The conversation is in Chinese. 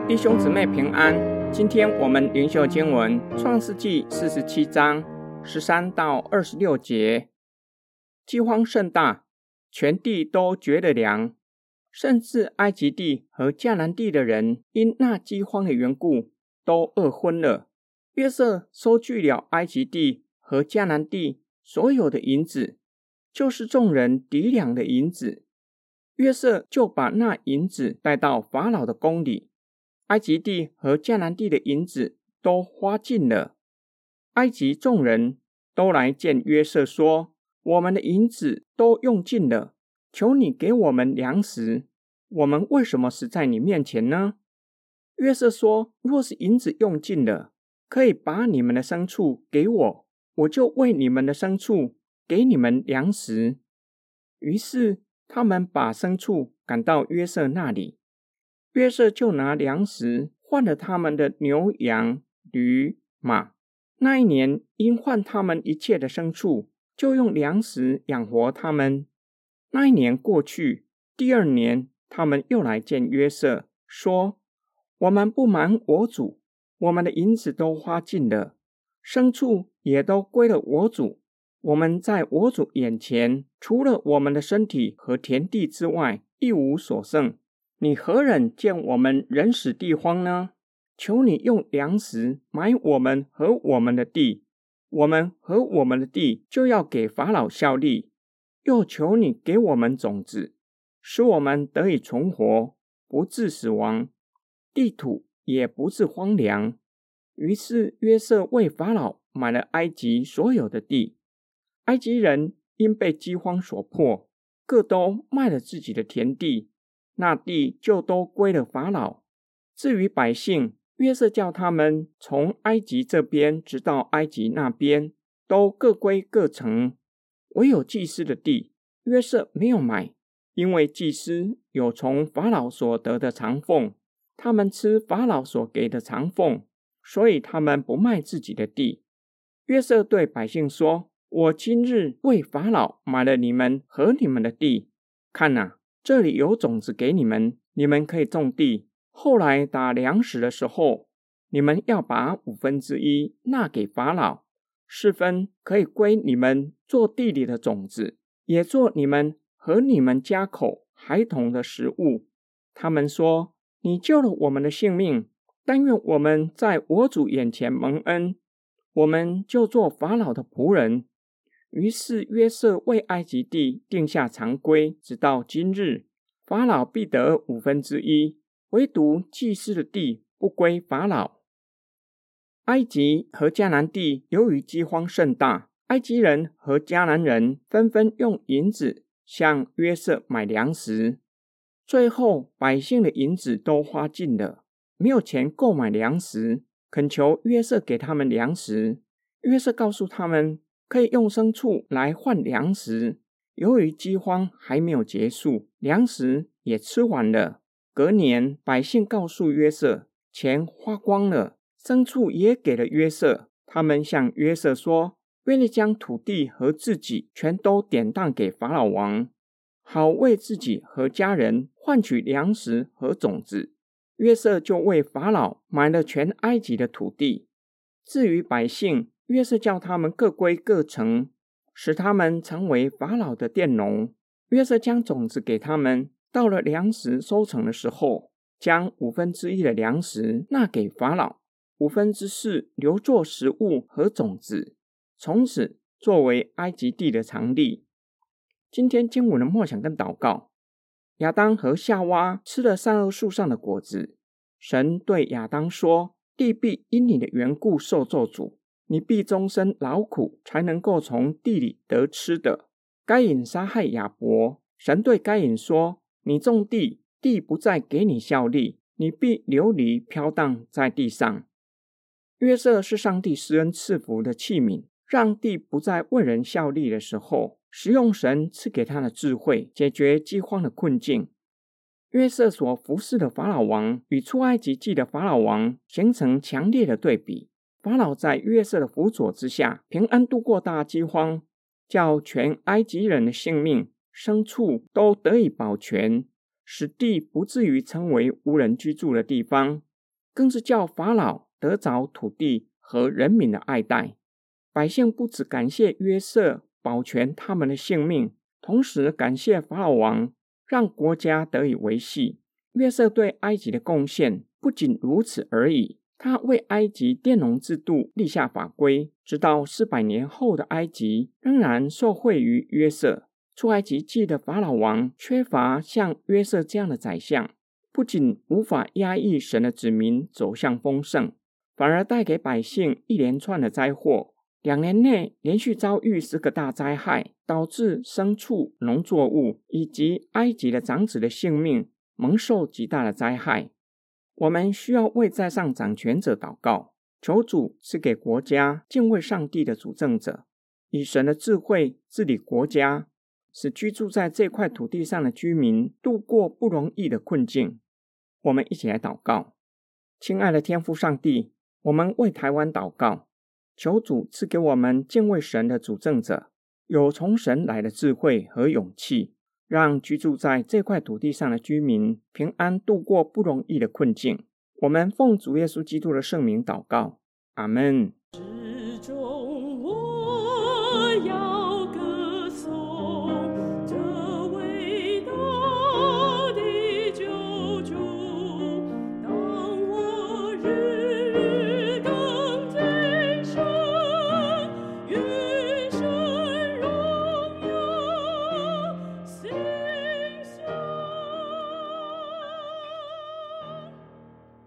弟兄姊妹平安，今天我们灵修经文创世纪47章13到26节。饥荒甚大，全地都绝了粮，甚至埃及地和迦南地的人因那饥荒的缘故都饿昏了。约瑟收据了埃及地和迦南地所有的银子，就是众人抵粮的银子。约瑟就把那银子带到法老的宫里，埃及地和迦南地的银子都花尽了。埃及众人都来见约瑟说，我们的银子都用尽了，求你给我们粮食，我们为什么死在你面前呢？约瑟说，若是银子用尽了，可以把你们的牲畜给我，我就为你们的牲畜给你们粮食。于是他们把牲畜赶到约瑟那里，约瑟就拿粮食换了他们的牛羊驴马。那一年因换他们一切的牲畜，就用粮食养活他们。那一年过去，第二年他们又来见约瑟，说，我们不瞒我主，我们的银子都花尽了，牲畜也都归了我主，我们在我主眼前，除了我们的身体和田地之外，一无所剩。你何忍见我们人死地荒呢？求你用粮食买我们和我们的地，我们和我们的地就要给法老效力。又求你给我们种子，使我们得以存活，不致死亡，地土也不致荒凉。于是约瑟为法老买了埃及所有的地。埃及人因被饥荒所迫，各都卖了自己的田地，那地就都归了法老。至于百姓，约瑟叫他们从埃及这边直到埃及那边，都各归各城。唯有祭司的地，约瑟没有买，因为祭司有从法老所得的长俸，他们吃法老所给的长俸，所以他们不卖自己的地。约瑟对百姓说，我今日为法老买了你们和你们的地，看啊，这里有种子给你们，你们可以种地。后来打粮食的时候，你们要把1/5纳给法老，4分可以归你们做地里的种子，也做你们和你们家口孩童的食物。他们说，你救了我们的性命，但愿我们在我主眼前蒙恩，我们就做法老的仆人。于是约瑟为埃及地定下常规，直到今日，法老必得1/5，唯独祭司的地不归法老。埃及和迦南地由于饥荒甚大，埃及人和迦南人纷纷用银子向约瑟买粮食，最后百姓的银子都花尽了，没有钱购买粮食，恳求约瑟给他们粮食。约瑟告诉他们，可以用牲畜来换粮食。由于饥荒还没有结束，粮食也吃完了。隔年，百姓告诉约瑟，钱花光了，牲畜也给了约瑟。他们向约瑟说，愿意将土地和自己全都典当给法老王，好为自己和家人换取粮食和种子。约瑟就为法老买了全埃及的土地。至于百姓，约瑟叫他们各归各城，使他们成为法老的佃农。约瑟将种子给他们，到了粮食收成的时候，将1/5的粮食纳给法老，4/5留作食物和种子，从此作为埃及地的常例。今天经文的默想跟祷告，亚当和夏娃吃了善恶树上的果子，神对亚当说，地必因你的缘故受咒诅，你必终身劳苦，才能够从地里得吃的。该隐杀害亚伯，神对该隐说，你种地，地不再给你效力，你必流离飘荡在地上。约瑟是上帝施恩赐福的器皿，让地不再为人效力的时候，使用神赐给他的智慧，解决饥荒的困境。约瑟所服侍的法老王与出埃及记的法老王形成强烈的对比。法老在约瑟的辅佐之下，平安度过大饥荒，叫全埃及人的性命、牲畜都得以保全，使地不至于成为无人居住的地方。 更是叫法老得着土地和人民的爱戴。百姓不只感谢约瑟保全他们的性命，同时感谢法老王让国家得以维系。约瑟对埃及的贡献不仅如此而已，他为埃及佃农制度立下法规，直到400年后的埃及仍然受惠于约瑟。出埃及记的法老王缺乏像约瑟这样的宰相，不仅无法压抑神的子民走向丰盛，反而带给百姓一连串的灾祸。2年内连续遭遇4个大灾害，导致牲畜、农作物以及埃及的长子的性命蒙受极大的灾害。我们需要为在上掌权者祷告，求主赐给国家敬畏上帝的主政者，以神的智慧治理国家，使居住在这块土地上的居民度过不容易的困境。我们一起来祷告。亲爱的天父上帝，我们为台湾祷告，求主赐给我们敬畏神的主政者，有从神来的智慧和勇气，让居住在这块土地上的居民平安度过不容易的困境。我们奉主耶稣基督的圣名祷告，阿们。